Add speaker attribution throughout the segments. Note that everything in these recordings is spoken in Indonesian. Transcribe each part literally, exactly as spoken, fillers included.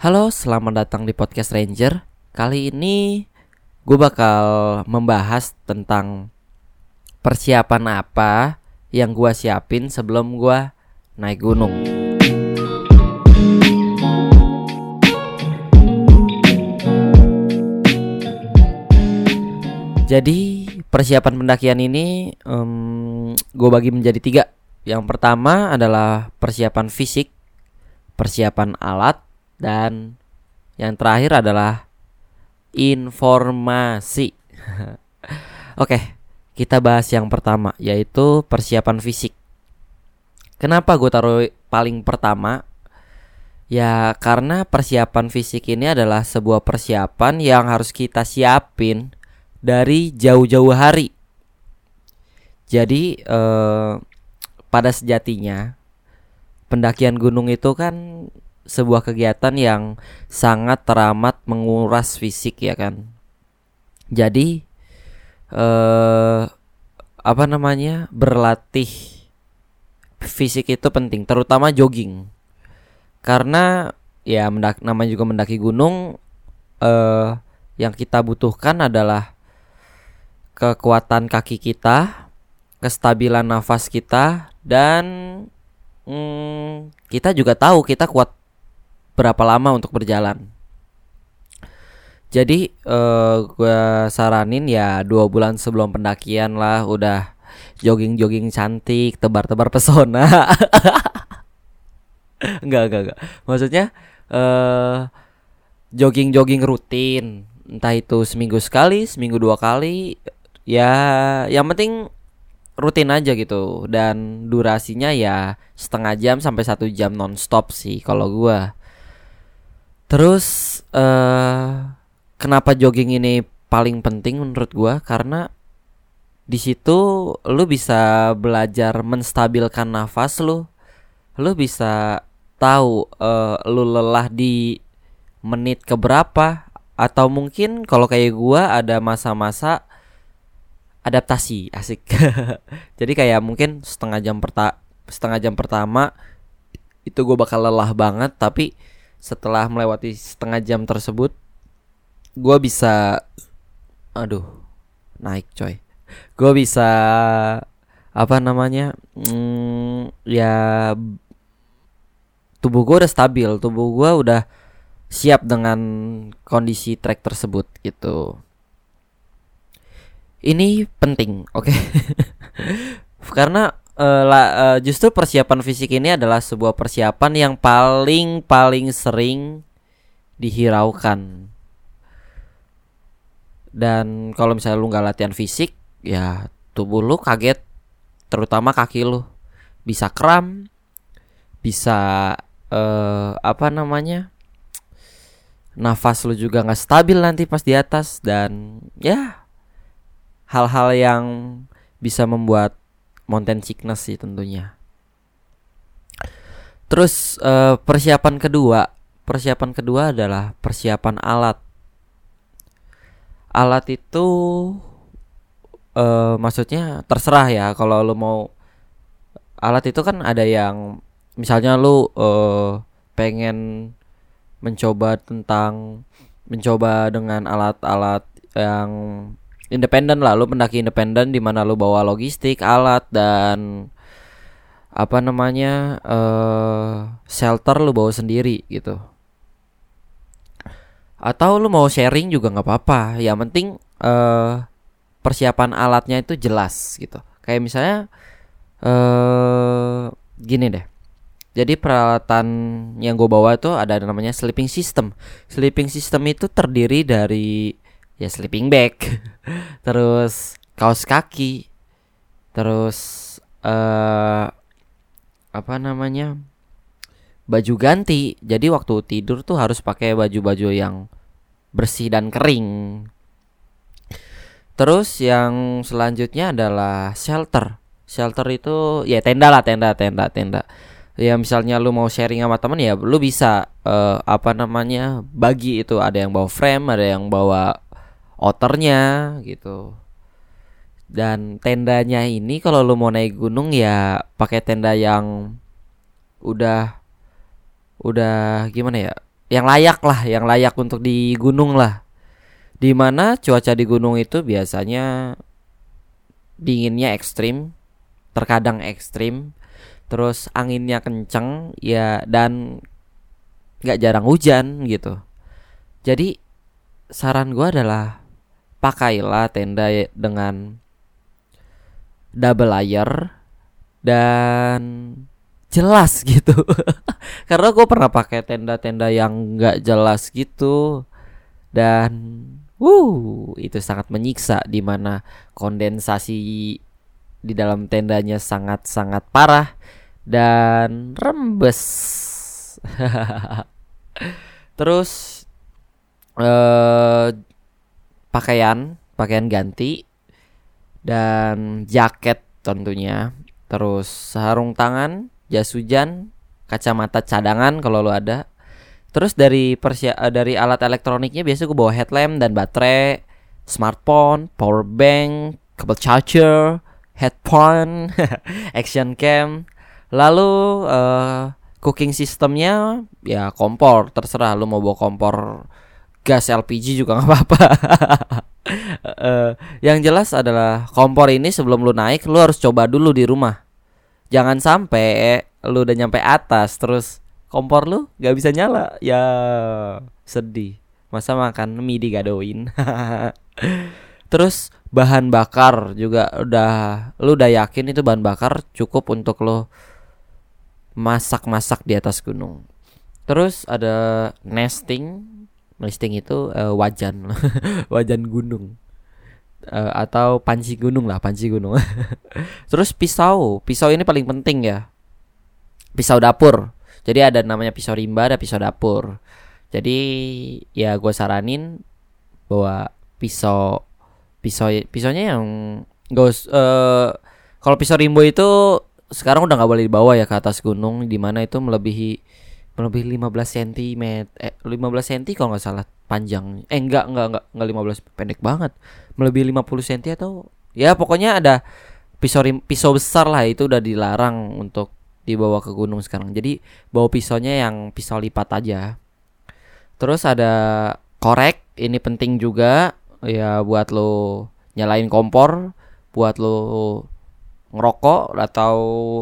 Speaker 1: Halo, selamat datang di Podcast Ranger. Kali ini gue bakal membahas tentang persiapan apa yang gue siapin sebelum gue naik gunung. Jadi persiapan pendakian ini um, gue bagi menjadi tiga. Yang pertama adalah persiapan fisik, persiapan alat, dan yang terakhir adalah informasi. Oke, kita bahas yang pertama, yaitu persiapan fisik. Kenapa gue taruh paling pertama? Ya karena persiapan fisik ini adalah sebuah persiapan yang harus kita siapin dari jauh-jauh hari. Jadi eh, pada sejatinya pendakian gunung itu kan sebuah kegiatan yang sangat teramat menguras fisik, ya kan. Jadi eh, apa namanya berlatih fisik itu penting, terutama jogging. Karena ya mendak, namanya juga mendaki gunung, eh, yang kita butuhkan adalah kekuatan kaki kita, kestabilan nafas kita, dan hmm, kita juga tahu kita kuat berapa lama untuk berjalan. Jadi uh, gue saranin ya dua bulan sebelum pendakian lah udah jogging-jogging cantik, tebar-tebar pesona. Enggak, enggak, enggak. Maksudnya uh, jogging-jogging rutin, entah itu seminggu sekali, seminggu dua kali. Ya yang penting rutin aja gitu. Dan durasinya ya setengah jam sampai satu jam nonstop sih kalau gue. Terus uh, kenapa jogging ini paling penting menurut gue? Karena di situ lu bisa belajar menstabilkan nafas lu. Lu bisa tahu uh, lu lelah di menit keberapa. Atau mungkin kalau kayak gue ada masa-masa adaptasi, asik. Jadi kayak mungkin setengah jam perta- setengah jam pertama itu gue bakal lelah banget, tapi setelah melewati setengah jam tersebut gue bisa aduh naik coy gue bisa apa namanya hmm, ya tubuh gue udah stabil, tubuh gue udah siap dengan kondisi trek tersebut gitu. Ini penting, oke? Okay? Karena uh, la, uh, justru persiapan fisik ini adalah sebuah persiapan yang paling paling sering dihiraukan. Dan kalau misalnya lu nggak latihan fisik, ya tubuh lu kaget, terutama kaki lu bisa kram, bisa uh, apa namanya, nafas lu juga nggak stabil nanti pas di atas, dan ya hal-hal yang bisa membuat mountain sickness sih tentunya. Terus uh, persiapan kedua, persiapan kedua adalah persiapan alat. Alat itu uh, maksudnya terserah ya. Kalau lu mau alat itu kan ada yang misalnya lu uh, pengen mencoba tentang mencoba dengan alat-alat yang independen lah, lu pendaki independen di mana lu bawa logistik, alat, dan apa namanya uh, shelter lu bawa sendiri gitu. Atau lu mau sharing juga nggak apa-apa. Yang penting uh, persiapan alatnya itu jelas gitu. Kayak misalnya uh, gini deh. Jadi peralatan yang gue bawa itu ada namanya sleeping system. Sleeping system itu terdiri dari ya sleeping bag, terus kaos kaki, terus uh, apa namanya baju ganti. Jadi waktu tidur tuh harus pakai baju-baju yang bersih dan kering. Terus yang selanjutnya adalah shelter. Shelter itu ya tenda lah, tenda, tenda, tenda. Ya misalnya lu mau sharing sama temen ya lu bisa uh, apa namanya bagi itu. Ada yang bawa frame, ada yang bawa outernya gitu. Dan tendanya ini kalau lu mau naik gunung ya pakai tenda yang udah udah gimana ya, yang layak lah, yang layak untuk di gunung lah. Dimana cuaca di gunung itu biasanya dinginnya ekstrim, terkadang ekstrim, terus anginnya kenceng ya, dan nggak jarang hujan gitu. Jadi saran gue adalah pakailah tenda dengan double layer dan jelas gitu. Karena gue pernah pakai tenda-tenda yang nggak jelas gitu, dan wuh itu sangat menyiksa, di mana kondensasi di dalam tendanya sangat-sangat parah dan rembes. Terus eh, pakaian pakaian ganti dan jaket tentunya. Terus sarung tangan, jas hujan, kacamata cadangan kalau lo ada. Terus dari persia- eh, dari alat elektroniknya biasa gue bawa headlamp dan baterai, smartphone, power bank, kabel charger, headphone, action cam. Lalu eh, cooking sistemnya ya kompor, terserah lu mau bawa kompor gas L P G juga nggak apa-apa. Eh, yang jelas adalah kompor ini sebelum lu naik lu harus coba dulu di rumah. Jangan sampai lu udah nyampe atas terus kompor lu nggak bisa nyala, ya sedih. Masa makan mie digadoin. Terus bahan bakar juga udah, lu udah yakin itu bahan bakar cukup untuk lo masak-masak di atas gunung. Terus ada nesting. Nesting itu uh, wajan. Wajan gunung. Uh, atau panci gunung lah, panci gunung. Terus pisau. Pisau ini paling penting ya. Pisau dapur. Jadi ada namanya pisau rimba, ada pisau dapur. Jadi ya gue saranin bawa pisau pisau pisaunya yang gak uh, kalau pisau rimbo itu sekarang udah nggak boleh dibawa ya ke atas gunung, di mana itu melebihi melebihi lima belas sentimeter, eh lima belas sentimeter kalau nggak salah panjang. Eh enggak enggak enggak enggak lima belas, pendek banget. Melebihi lima puluh sentimeter atau ya pokoknya ada pisau rim, pisau besar lah, itu udah dilarang untuk dibawa ke gunung sekarang. Jadi bawa pisaunya yang pisau lipat aja. Terus ada korek, ini penting juga ya buat lo nyalain kompor, buat lo ngerokok atau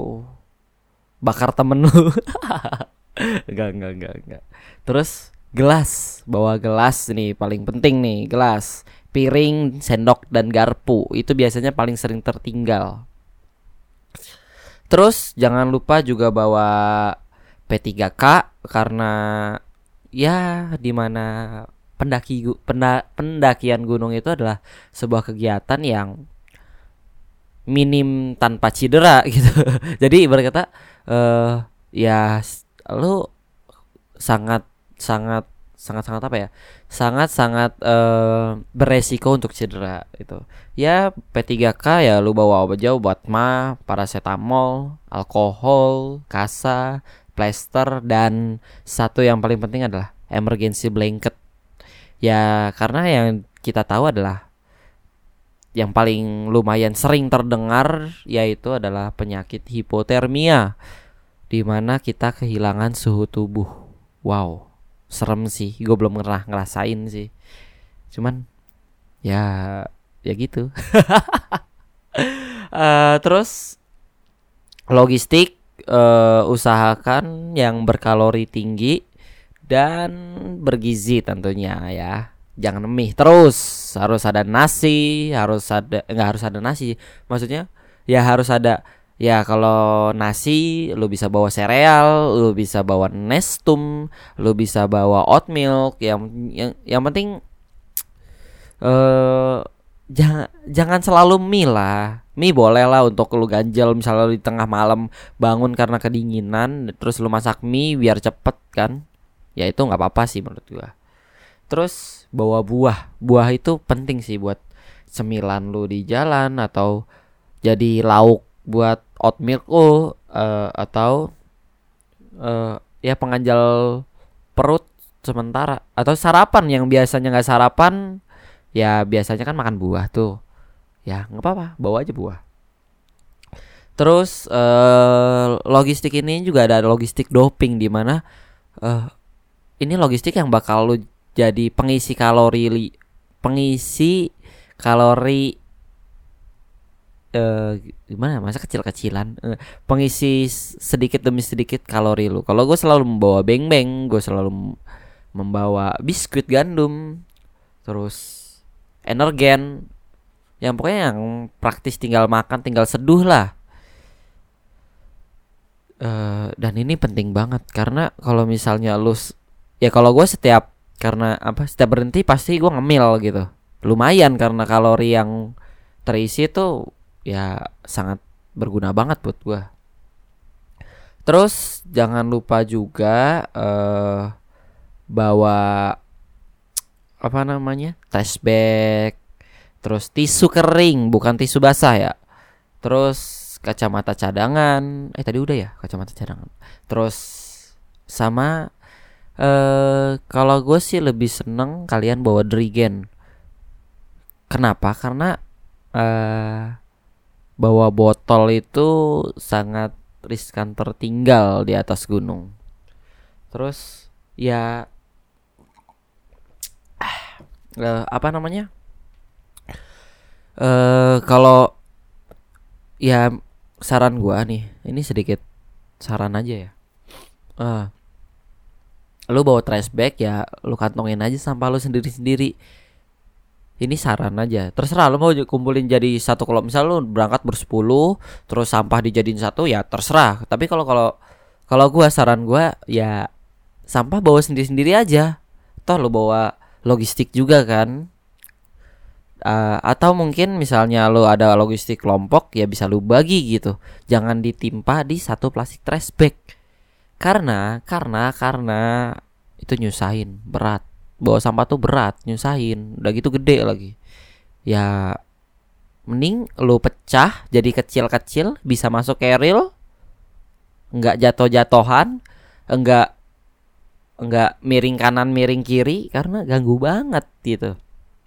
Speaker 1: bakar temen lu. Enggak, enggak, enggak, enggak. Terus gelas, bawa gelas nih paling penting nih, gelas, piring, sendok dan garpu. Itu biasanya paling sering tertinggal. Terus jangan lupa juga bawa P tiga K, karena ya dimana pendaki penda, pendakian gunung itu adalah sebuah kegiatan yang minim tanpa cedera gitu. Jadi ibarat kata uh, ya lu sangat sangat sangat sangat apa ya sangat sangat uh, beresiko untuk cedera itu. Ya P tiga K ya lu bawa aja obat mah, paracetamol, alkohol, kasa, plester, dan satu yang paling penting adalah emergency blanket. Ya karena yang kita tahu adalah yang paling lumayan sering terdengar yaitu adalah penyakit hipotermia, di mana kita kehilangan suhu tubuh. Wow, serem sih. Gue belum pernah ngerasain sih. Cuman ya ya gitu. uh, terus logistik, uh, usahakan yang berkalori tinggi dan bergizi tentunya ya. Jangan mie terus, harus ada nasi, harus ada enggak harus ada nasi. Maksudnya ya harus ada. Ya kalau nasi lu bisa bawa sereal, lu bisa bawa Nestum, lu bisa bawa oat milk. Yang yang yang penting eh uh, jangan jangan selalu mie lah. Mie boleh lah untuk lu ganjel, misalnya lu di tengah malam bangun karena kedinginan, terus lu masak mie biar cepet kan. Ya itu nggak apa-apa sih menurut gua. Terus bawa buah. Buah itu penting sih buat cemilan lu di jalan, atau jadi lauk buat oat milk lu, uh, atau uh, ya pengganjal perut sementara, atau sarapan yang biasanya nggak sarapan, ya biasanya kan makan buah tuh. Ya nggak apa-apa, bawa aja buah. Terus uh, logistik ini juga ada logistik doping, di mana uh, ini logistik yang bakal lu jadi pengisi kalori li, pengisi kalori eh gimana masa kecil-kecilan eh, pengisi sedikit demi sedikit kalori lu. Kalau gue selalu membawa beng-beng, gue selalu membawa biskuit gandum, terus energen, yang pokoknya yang praktis, tinggal makan, tinggal seduh lah. Uh, dan ini penting banget karena kalau misalnya lu ya kalau gue setiap karena apa setiap berhenti pasti gue ngemil gitu, lumayan karena kalori yang terisi tuh ya sangat berguna banget buat gue. Terus jangan lupa juga uh, bawa apa namanya trash bag, terus tisu kering bukan tisu basah ya, terus kacamata cadangan. Eh tadi udah ya kacamata cadangan. Terus sama eh kalau gue sih lebih seneng kalian bawa Drigen. Kenapa? Karena eh bawa botol itu sangat riskan tertinggal di atas gunung. Terus ya eh, apa namanya? Eh kalau ya saran gua nih, ini sedikit saran aja ya. Uh, lu bawa trash bag ya, lu kantongin aja sampah lu sendiri-sendiri. Ini saran aja. Terserah lu mau kumpulin jadi satu, kalau misal lu berangkat bersepuluh, terus sampah dijadiin satu ya terserah. Tapi kalau kalau kalau gua saran gua ya sampah bawa sendiri-sendiri aja. Toh lu bawa logistik juga kan. Uh, atau mungkin misalnya lo ada logistik kelompok ya bisa lo bagi gitu, jangan ditimpa di satu plastik trash bag karena karena karena itu nyusahin, berat, bawa sampah tuh berat, nyusahin, udah gitu gede lagi. Ya mending lo pecah jadi kecil-kecil, bisa masuk keril, nggak jatuh-jatuhan, enggak enggak miring kanan miring kiri karena ganggu banget gitu.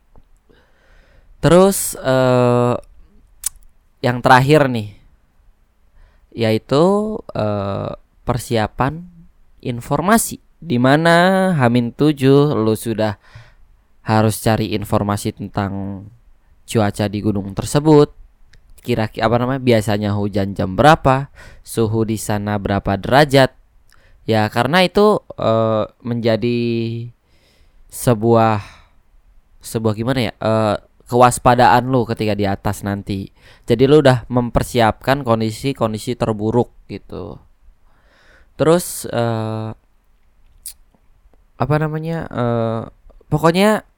Speaker 1: Terus uh, yang terakhir nih, yaitu uh, persiapan informasi. Dimana Hamin tujuh lu sudah harus cari informasi tentang cuaca di gunung tersebut. Kira-kira apa namanya? Biasanya hujan jam berapa? Suhu di sana berapa derajat? Ya karena itu uh, menjadi sebuah sebuah gimana ya? Uh, kewaspadaan lu ketika di atas nanti. Jadi lu udah mempersiapkan kondisi-kondisi terburuk gitu. Terus uh, apa namanya? Uh, pokoknya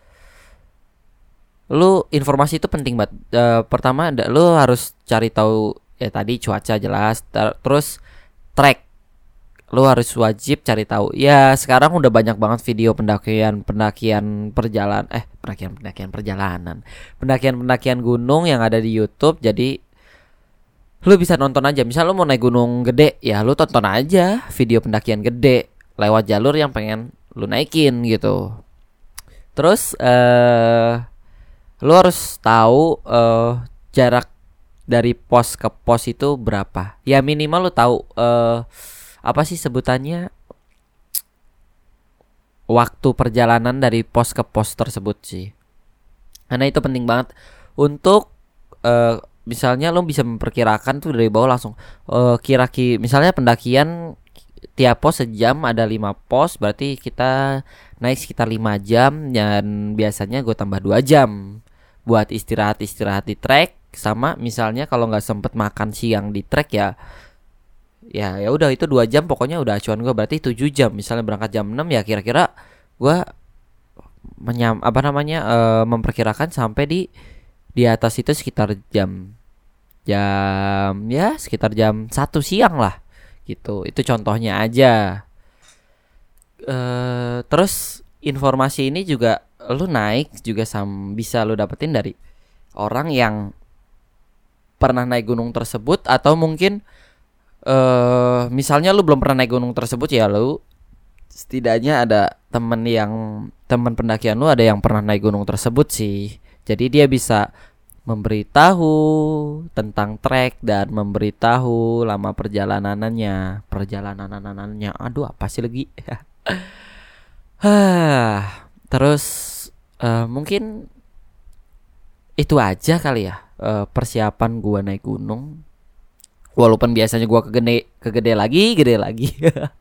Speaker 1: lu informasi itu penting banget. Uh, pertama lu harus cari tahu ya tadi cuaca jelas, ter- terus trek. Lu harus wajib cari tahu. Ya sekarang udah banyak banget video pendakian pendakian perjalanan eh pendakian pendakian perjalanan pendakian pendakian gunung yang ada di YouTube. Jadi lu bisa nonton aja. Misal lu mau naik gunung gede, ya lu tonton aja video pendakian gede lewat jalur yang pengen lu naikin gitu. Terus eh lu harus tahu eh jarak dari pos ke pos itu berapa. Ya minimal lu tahu eh apa sih sebutannya, waktu perjalanan dari pos ke pos tersebut sih. Karena itu penting banget untuk uh, misalnya lo bisa memperkirakan tuh dari bawah langsung uh, kira-kira misalnya pendakian tiap pos sejam, ada lima pos, berarti kita naik sekitar lima jam. Dan biasanya gue tambah dua jam buat istirahat-istirahat di trek. Sama misalnya kalau nggak sempet makan siang di trek ya Ya ya udah itu dua jam pokoknya udah acuan gue, berarti tujuh jam. Misalnya berangkat jam enam ya kira-kira gue menyam apa namanya e, memperkirakan sampai di di atas itu sekitar jam jam ya sekitar jam satu siang lah gitu. Itu contohnya aja. E, terus informasi ini juga lu naik juga sam bisa lu dapetin dari orang yang pernah naik gunung tersebut, atau mungkin Uh, misalnya lu belum pernah naik gunung tersebut, ya lu setidaknya ada temen yang teman pendakian lu ada yang pernah naik gunung tersebut sih. Jadi dia bisa memberitahu tentang trek dan memberitahu lama perjalanannya perjalananannya. Aduh apa sih lagi? Hah, terus eh, mungkin itu aja kali ya, eh, persiapan gua naik gunung. Walaupun biasanya gua kegede kegede lagi, gede lagi.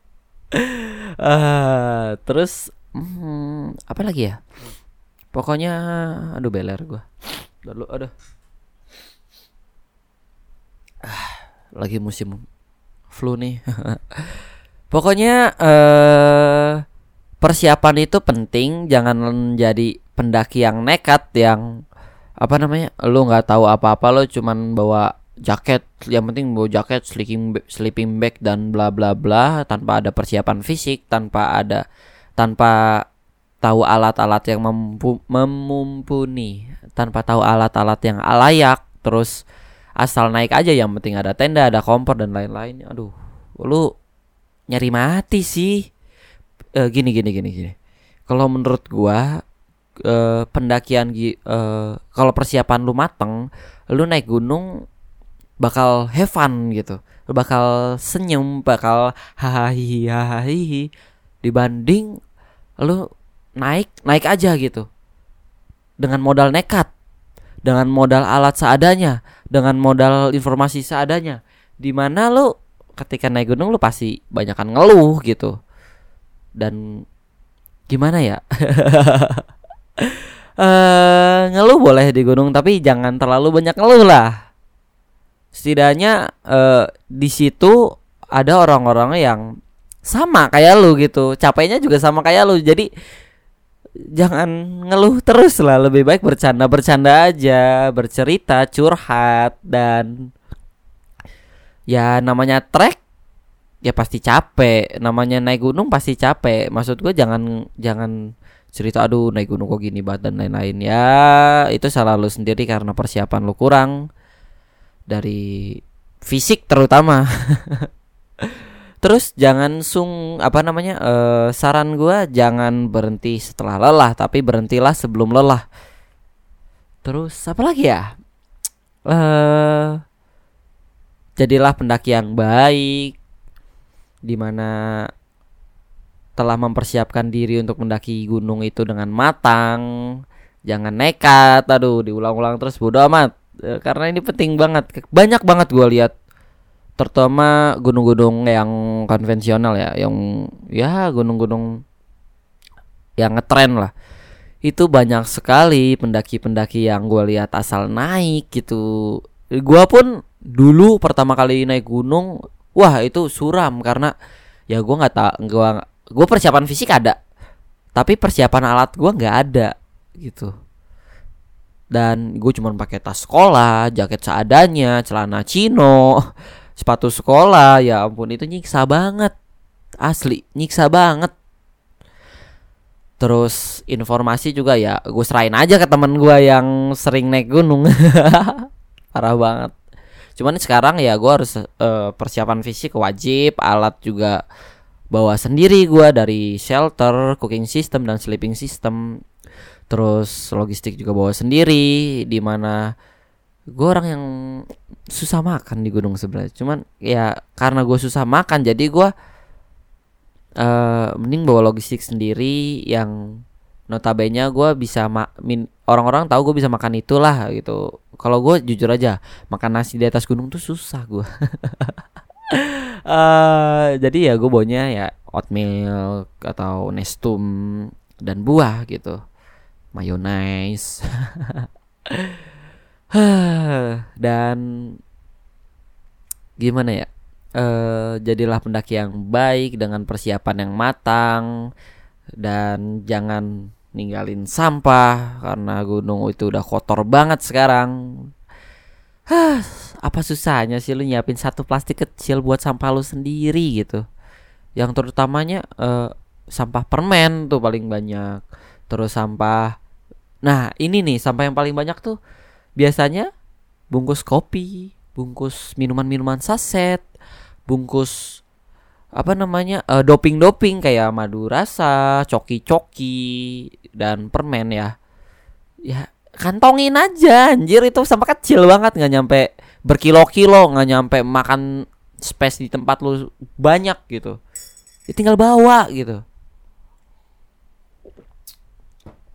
Speaker 1: Eh, terus hmm, apa lagi ya? Pokoknya aduh beler gua. Lalu aduh, lagi musim flu nih. Pokoknya eh persiapan itu penting, jangan jadi pendaki yang nekat yang apa namanya, lu nggak tahu apa-apa, lu cuman bawa jaket, yang penting bawa jaket, sleeping ba- sleeping bag dan bla bla bla, tanpa ada persiapan fisik, tanpa ada tanpa tahu alat-alat yang mempu, memumpuni, tanpa tahu alat-alat yang layak, terus asal naik aja, yang penting ada tenda, ada kompor dan lain-lain. Aduh, lu nyari mati sih. Eh, gini gini gini gini. Kalau menurut gua eh, pendakian gi- eh, kalau persiapan lu mateng, lu naik gunung bakal have fun gitu. Lu bakal senyum, bakal hahaha hahaha dibanding lu naik naik aja gitu dengan modal nekat, dengan modal alat seadanya, dengan modal informasi seadanya. Dimana lu ketika naik gunung lu pasti banyakan ngeluh gitu. Dan gimana ya? Eh, ngeluh boleh di gunung tapi jangan terlalu banyak ngeluh lah. Setidaknya eh, di situ ada orang-orang yang sama kayak lu gitu, capeknya juga sama kayak lu. Jadi jangan ngeluh terus lah, lebih baik bercanda-bercanda aja, bercerita, curhat. Dan ya namanya trek ya pasti capek, namanya naik gunung pasti capek. Maksud gue jangan jangan cerita aduh naik gunung kok gini banget dan lain-lain. Ya itu salah lu sendiri karena persiapan lu kurang dari fisik terutama. Terus jangan sung apa namanya eh, saran gue jangan berhenti setelah lelah, tapi berhentilah sebelum lelah. Terus apa lagi ya? Eh jadilah pendaki yang baik, dimana telah mempersiapkan diri untuk mendaki gunung itu dengan matang. Jangan nekat. Aduh, diulang-ulang terus bodo amat. E, karena ini penting banget. Banyak banget gue lihat, terutama gunung-gunung yang konvensional ya, yang ya gunung-gunung yang ngetren lah. Itu banyak sekali pendaki-pendaki yang gue lihat asal naik gitu. Gue pun dulu pertama kali naik gunung, wah itu suram karena ya gue nggak tak gue gue persiapan fisik ada, tapi persiapan alat gue nggak ada gitu. Dan gue cuma pakai tas sekolah, jaket seadanya, celana chino, sepatu sekolah. Ya ampun, itu nyiksa banget, asli nyiksa banget. Terus informasi juga ya gue serain aja ke temen gue yang sering naik gunung. Parah banget. Cuman sekarang ya gue harus uh, persiapan fisik wajib, alat juga bawa sendiri gue dari shelter, cooking system dan sleeping system. Terus logistik juga bawa sendiri, dimana gue orang yang susah makan di gunung sebenarnya. Cuman ya karena gue susah makan, jadi gue uh, mending bawa logistik sendiri yang notabene gue bisa ma- min- orang-orang tahu gue bisa makan itulah gitu. Kalau gue jujur aja makan nasi di atas gunung tuh susah gue. uh, jadi ya gue bawanya ya oatmeal atau nestum dan buah gitu, mayonnaise. Dan gimana ya, uh, jadilah pendaki yang baik dengan persiapan yang matang. Dan jangan ninggalin sampah, karena gunung itu udah kotor banget sekarang. Hah, apa susahnya sih lu nyiapin satu plastik kecil buat sampah lu sendiri gitu. Yang terutamanya uh, sampah permen tuh paling banyak. Terus sampah, nah ini nih sampah yang paling banyak tuh biasanya bungkus kopi, bungkus minuman-minuman saset, bungkus apa namanya uh, doping-doping kayak madu rasa, coki-coki dan permen ya. Ya kantongin aja anjir, itu sampah kecil banget, nggak nyampe berkilo-kilo, nggak nyampe makan space di tempat lu banyak gitu. Ya tinggal bawa gitu.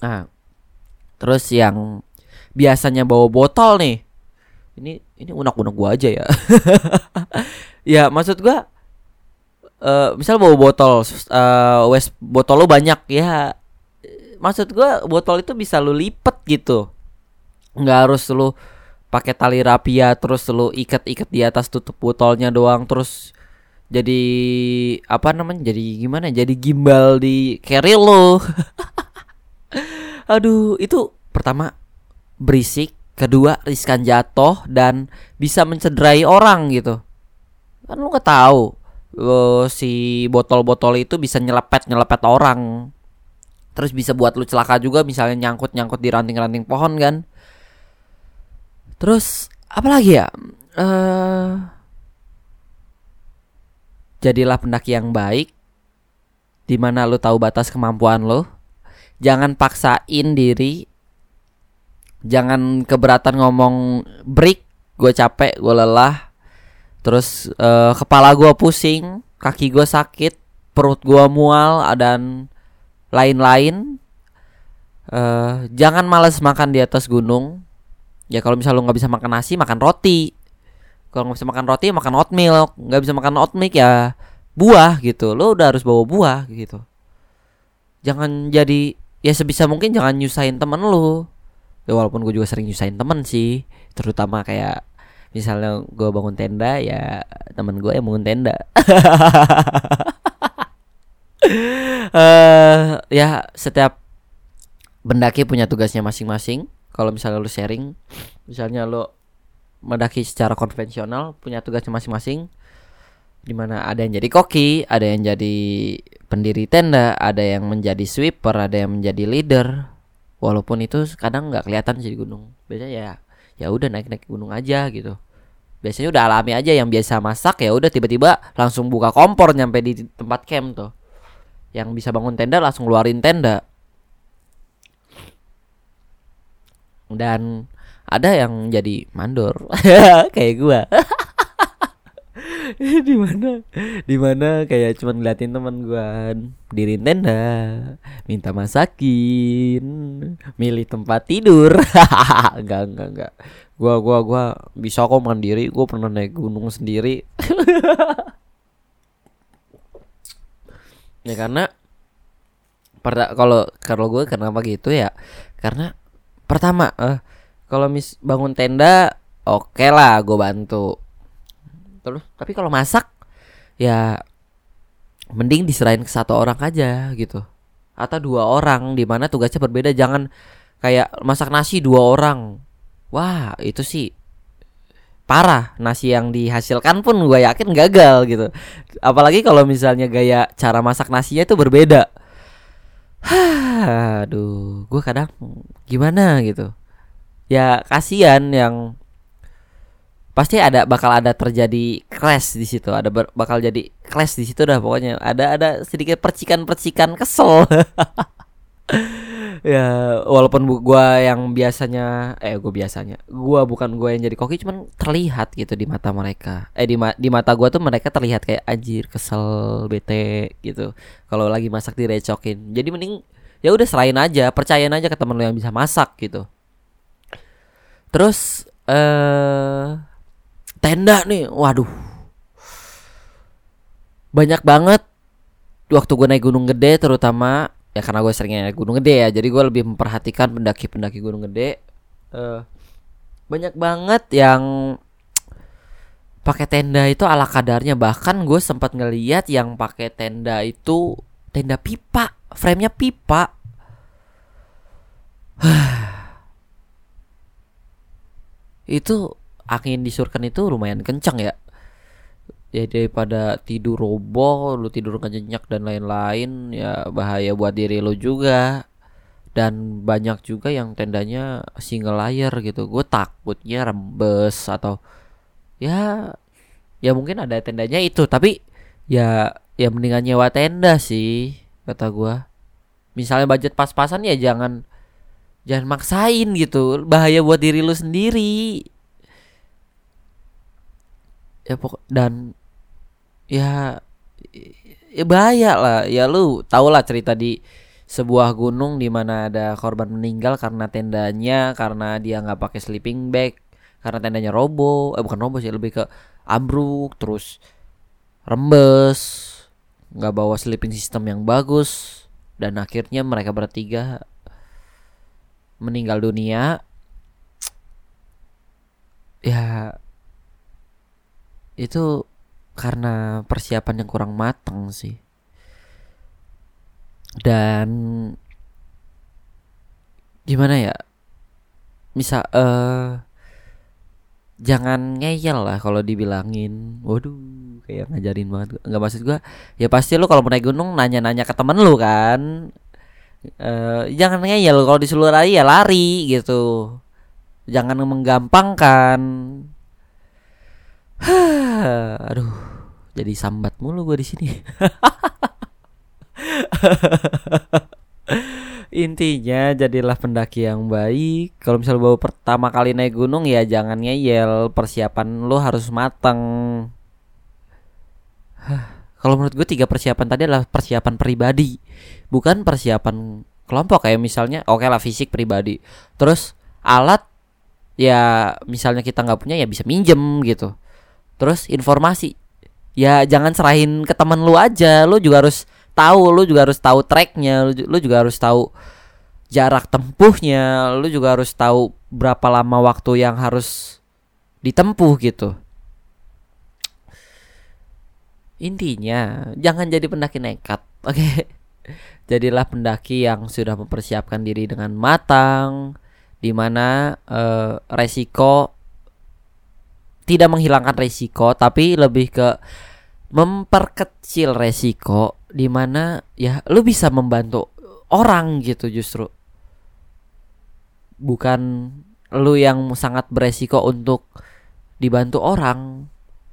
Speaker 1: Nah, terus yang biasanya bawa botol nih, ini ini unak-unak gua aja ya. Ya maksud gua, uh, misal bawa botol, uh, wes botol lu banyak ya. Maksud gua botol itu bisa lu lipet gitu, nggak harus lu pakai tali rapia terus lu ikat-ikat di atas tutup botolnya doang, terus jadi apa namanya, jadi gimana, jadi gimbal di carry lo. Aduh, itu pertama berisik, kedua riskan jatuh dan bisa mencederai orang gitu. Kan lu nggak tahu, uh, si botol-botol itu bisa nyelepet nyelepet orang, terus bisa buat lu celaka juga, misalnya nyangkut nyangkut di ranting-ranting pohon kan. Terus apa lagi ya, uh, jadilah pendaki yang baik, dimana lu tahu batas kemampuan lo. Jangan paksain diri, jangan keberatan ngomong break, gue capek, gue lelah. Terus uh, kepala gue pusing, kaki gue sakit, perut gue mual dan lain-lain. Uh, jangan malas makan di atas gunung. Ya kalau misal lu nggak bisa makan nasi, makan roti. Kalau nggak bisa makan roti, makan oatmeal. Nggak bisa makan oatmeal ya buah gitu. Lo udah harus bawa buah gitu. Jangan jadi, ya sebisa mungkin jangan nyusahin temen lu. Ya walaupun gue juga sering nyusahin temen sih, terutama kayak misalnya gue bangun tenda, ya temen gue yang bangun tenda. uh, Ya setiap pendaki punya tugasnya masing-masing. Kalau misalnya lu sharing, misalnya lu mendaki secara konvensional, punya tugasnya masing-masing, dimana ada yang jadi koki, ada yang jadi pendiri tenda, ada yang menjadi sweeper, ada yang menjadi leader. Walaupun itu kadang nggak kelihatan sih di gunung. Biasanya ya ya udah naik-naik gunung aja gitu. Biasanya udah alami aja. Yang biasa masak ya udah tiba-tiba langsung buka kompor nyampe di tempat camp tuh. Yang bisa bangun tenda langsung keluarin tenda. Dan ada yang jadi mandor kayak gua. di mana di mana kayak cuman ngeliatin teman gua diriin tenda, minta masakin, milih tempat tidur. enggak enggak enggak gua gua gua bisa kok mandiri. Gua pernah naik gunung sendiri. Ya karena perta- kalau kalau gue kenapa gitu ya, karena pertama eh kalau mis bangun tenda oke okay lah gue bantu. Terus tapi kalau masak ya mending diserahin ke satu orang aja gitu, atau dua orang, di mana tugasnya berbeda. Jangan kayak masak nasi dua orang. Wah itu sih parah. Nasi yang dihasilkan pun gue yakin gagal gitu. Apalagi kalau misalnya gaya cara masak nasinya itu berbeda. Aduh, gue kadang gimana gitu. Ya kasihan, yang pasti ada bakal ada terjadi clash di situ, ada ber, bakal jadi clash di situ dah pokoknya. Ada ada sedikit percikan-percikan kesel. Ya walaupun bu, gua yang biasanya eh gua biasanya gua bukan gua yang jadi koki, cuman terlihat gitu di mata mereka. Eh di ma- di mata gua tuh mereka terlihat kayak anjir, kesel, bete gitu. Kalau lagi masak direcokin. Jadi mending ya udah serahin aja, percayain aja ke temen lu yang bisa masak gitu. Terus eh tenda nih, waduh, banyak banget. Waktu gue naik gunung gede terutama, ya karena gue seringnya naik gunung gede ya, jadi gue lebih memperhatikan pendaki-pendaki gunung gede. uh, Banyak banget yang pakai tenda itu ala kadarnya. Bahkan gue sempat ngeliat yang pakai tenda itu tenda pipa, frame-nya pipa. Itu angin di Surken itu lumayan kencang ya. Ya daripada tidur roboh, lu tidur gak nyenyak dan lain-lain, ya bahaya buat diri lu juga. Dan banyak juga yang tendanya single layer gitu. Gue takutnya rembes atau ya ya mungkin ada tendanya itu, tapi ya ya mendingan nyewa tenda sih kata gue. Misalnya budget pas-pasan ya jangan jangan maksain gitu. Bahaya buat diri lu sendiri. Ya pokok dan ya ya bahaya lah. Ya lu tau lah cerita di sebuah gunung di mana ada korban meninggal karena tendanya, karena dia nggak pakai sleeping bag, karena tendanya roboh, eh bukan roboh sih, lebih ke ambruk, terus rembes, nggak bawa sleeping system yang bagus, dan akhirnya mereka bertiga meninggal dunia. Ya itu karena persiapan yang kurang matang sih. Dan gimana ya, misal eh uh, jangan ngeyel lah kalau dibilangin. Waduh, kayak ngajarin banget. Nggak, maksud gue ya pasti lu kalau mau naik gunung nanya-nanya ke temen lu kan. Uh, jangan ngeyel, kalau disuruh lari ya lari gitu. Jangan menggampangkan. Aduh, jadi sambat mulu gue di sini. Intinya jadilah pendaki yang baik. Kalau misal baru pertama kali naik gunung ya jangan ngeyel, persiapan lo harus matang. Kalau menurut gue tiga persiapan tadi adalah persiapan pribadi, bukan persiapan kelompok. Kayak misalnya oke okay lah fisik pribadi, terus alat ya misalnya kita nggak punya ya bisa minjem gitu. Terus informasi ya jangan serahin ke temen lu aja, lu juga harus tahu, lu juga harus tahu tracknya, lu, lu juga harus tahu jarak tempuhnya, lu juga harus tahu berapa lama waktu yang harus ditempuh gitu. Intinya jangan jadi pendaki nekat, oke? Okay? Jadilah pendaki yang sudah mempersiapkan diri dengan matang, di mana eh, resiko tidak menghilangkan resiko, tapi lebih ke memperkecil resiko, di mana ya lu bisa membantu orang gitu, justru bukan lu yang sangat beresiko untuk dibantu orang.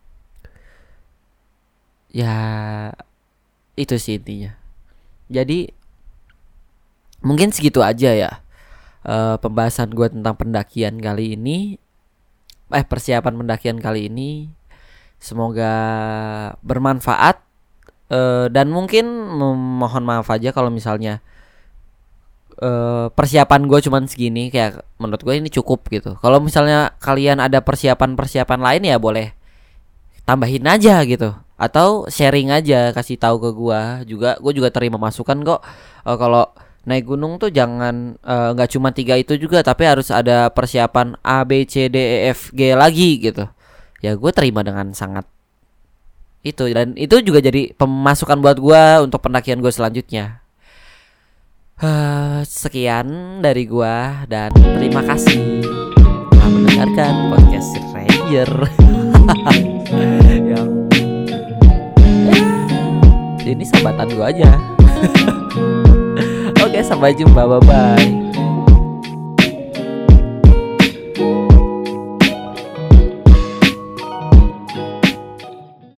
Speaker 1: Ya itu sih intinya. Jadi mungkin segitu aja ya uh, pembahasan gue tentang pendakian kali ini. Eh persiapan pendakian kali ini. Semoga bermanfaat. Uh, dan mungkin mohon maaf aja kalau misalnya uh, persiapan gue cuman segini. Kayak menurut gue ini cukup gitu. Kalau misalnya kalian ada persiapan-persiapan lain ya boleh tambahin aja gitu, atau sharing aja, kasih tahu ke gue juga. Gue juga terima masukan kok. uh, Kalau naik gunung tuh jangan nggak uh, cuma tiga itu juga, tapi harus ada persiapan A B C D E F G lagi gitu. Ya gue terima dengan sangat itu, dan itu juga jadi pemasukan buat gue untuk pendakian gue selanjutnya. uh, Sekian dari gue, dan terima kasih telah mendengarkan podcast Ranger. Yang ini sambatan gue aja. Oke, sampai jumpa, bye bye.